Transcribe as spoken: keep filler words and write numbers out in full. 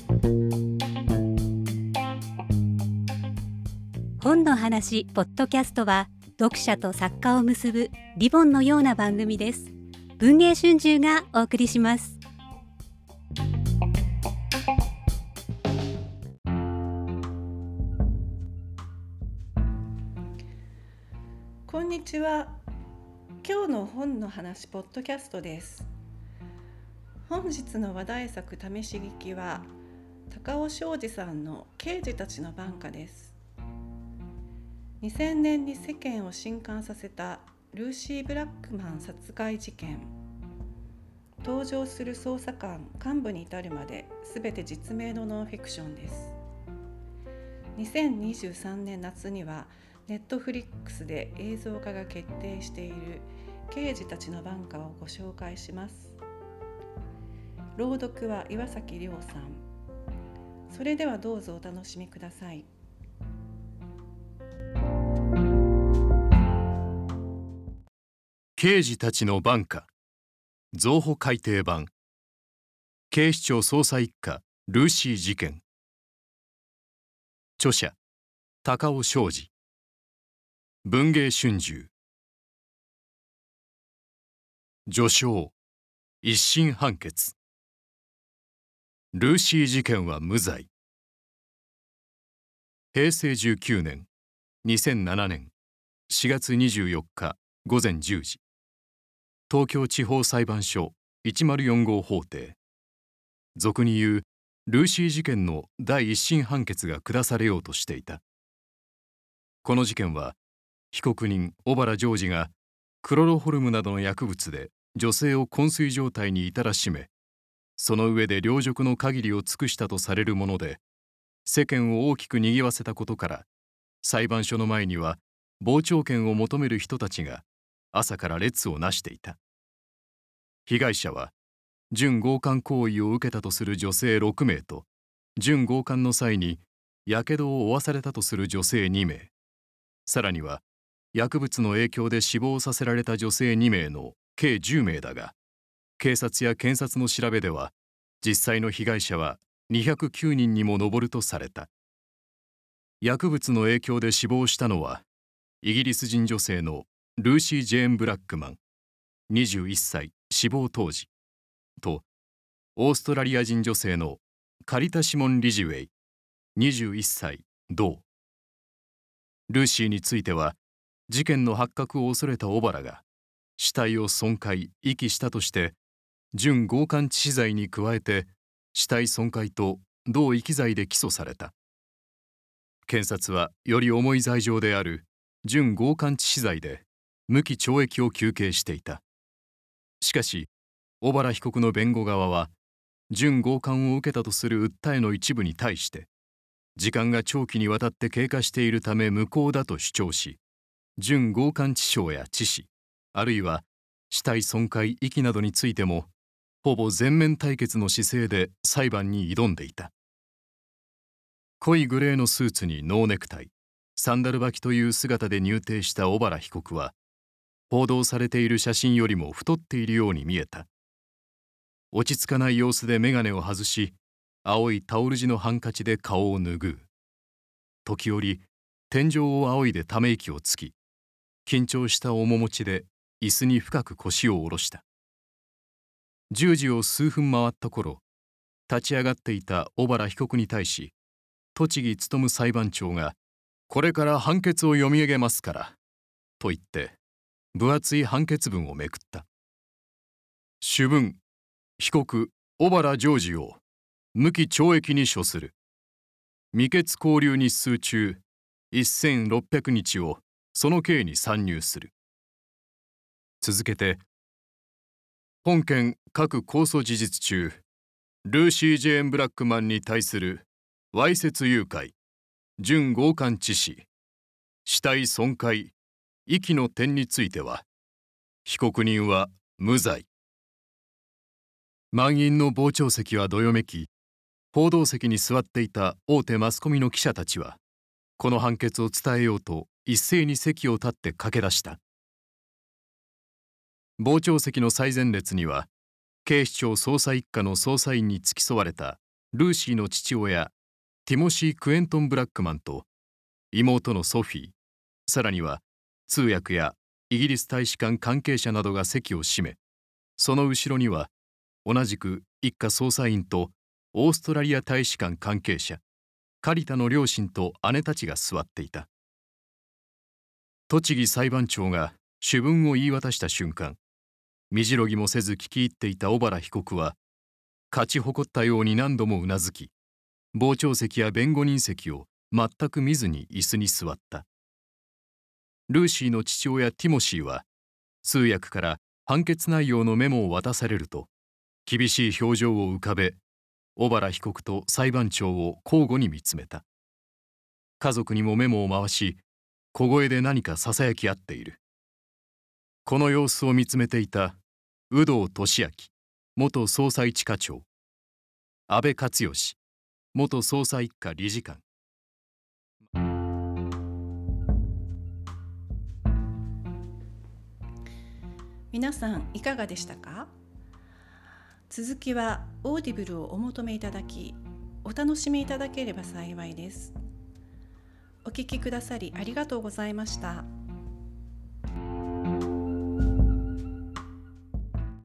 本の話ポッドキャストは、読者と作家を結ぶリボンのような番組です。文藝春秋がお送りします。 こんにちは。今日の本の話ポッドキャストです。本日の話題作試し聞きは高尾昌司さんの刑事たちの挽歌です。にせんねんに世間を震撼させたルーシー・ブラックマン殺害事件。登場する捜査官幹部に至るまで全て実名のノンフィクションです。にせんにじゅうさんねん夏にはネットフリックスで映像化が決定している刑事たちの挽歌をご紹介します。朗読は岩崎亮さん。それではどうぞお楽しみください。 刑事たちの挽歌増補改訂版警視庁捜査一課ルーシー事件。著者高尾昌司。文藝春秋。序章。一審判決。ルーシー事件は無罪。へいせいじゅうきゅうねんにせんななねんしがつにじゅうよっかごぜんじゅうじ、東京地方裁判所いちまるよん号法廷。俗に言うルーシー事件の第一審判決が下されようとしていた。この事件は被告人小原譲二がクロロホルムなどの薬物で女性を昏睡状態に至らしめ、その上で陵辱の限りを尽くしたとされるもので、世間を大きく賑わせたことから裁判所の前には傍聴券を求める人たちが朝から列をなしていた。被害者は準強姦行為を受けたとする女性ろくめいと、準強姦の際にやけどを負わされたとする女性にめい、さらには薬物の影響で死亡させられた女性にめいの計じゅうめいだが、警察や検察の調べでは実際の被害者はにひゃくきゅうにんにも上るとされた。薬物の影響で死亡したのはイギリス人女性のルーシー・ジェーン・ブラックマンにじゅういっさい死亡当時と、オーストラリア人女性のカリタ・シモン・リジウェイにじゅういっさい同。ルーシーについては事件の発覚を恐れた小原が死体を損壊・遺棄したとして準強姦致死罪に加えて死体損壊と同遺棄罪で起訴された。検察はより重い罪状である準強姦致死罪で無期懲役を求刑していた。しかし小原被告の弁護側は準強姦を受けたとする訴えの一部に対して時間が長期にわたって経過しているため無効だと主張し、準強姦致傷や致死、あるいは死体損壊・遺棄などについてもほぼ全面対決の姿勢で裁判に挑んでいた。濃いグレーのスーツにノーネクタイ、サンダル履きという姿で入廷した小原被告は報道されている写真よりも太っているように見えた。落ち着かない様子で眼鏡を外し、青いタオル地のハンカチで顔を拭う。時折天井を仰いでため息をつき、緊張した面持ちで椅子に深く腰を下ろした。じゅうじを数分回った頃、立ち上がっていた小原被告に対し栃木勉裁判長が「これから判決を読み上げますから」と言って分厚い判決文をめくった。主文、被告小原譲二を無期懲役に処する。未決拘留日数中せんろっぴゃくにちをその刑に算入する。続けて、本件各控訴事実中、ルーシー・ジェーン・ブラックマンに対するわいせつ誘拐、準強姦致死、死体損壊、遺棄の点については、被告人は無罪。満員の傍聴席はどよめき、報道席に座っていた大手マスコミの記者たちは、この判決を伝えようと一斉に席を立って駆け出した。傍聴席の最前列には、警視庁捜査一課の捜査員に付き添われたルーシーの父親ティモシー・クエントン・ブラックマンと妹のソフィー、さらには通訳やイギリス大使館関係者などが席を占め、その後ろには同じく一家捜査員とオーストラリア大使館関係者、カリタの両親と姉たちが座っていた。栃木裁判長が主文を言い渡した瞬間、身じろぎもせず聞き入っていた小原被告は勝ち誇ったように何度もうなずき、傍聴席や弁護人席を全く見ずに椅子に座った。ルーシーの父親ティモシーは通訳から判決内容のメモを渡されると厳しい表情を浮かべ、小原被告と裁判長を交互に見つめた。家族にもメモを回し、小声で何かささやき合っている。この様子を見つめていた有働俊明元捜査一課長、安倍克義元捜査一課理事官。 皆さんいかがでしたか？続きはオーディブルをお求めいただき、お楽しみいただければ幸いです。お聞きくださりありがとうございました。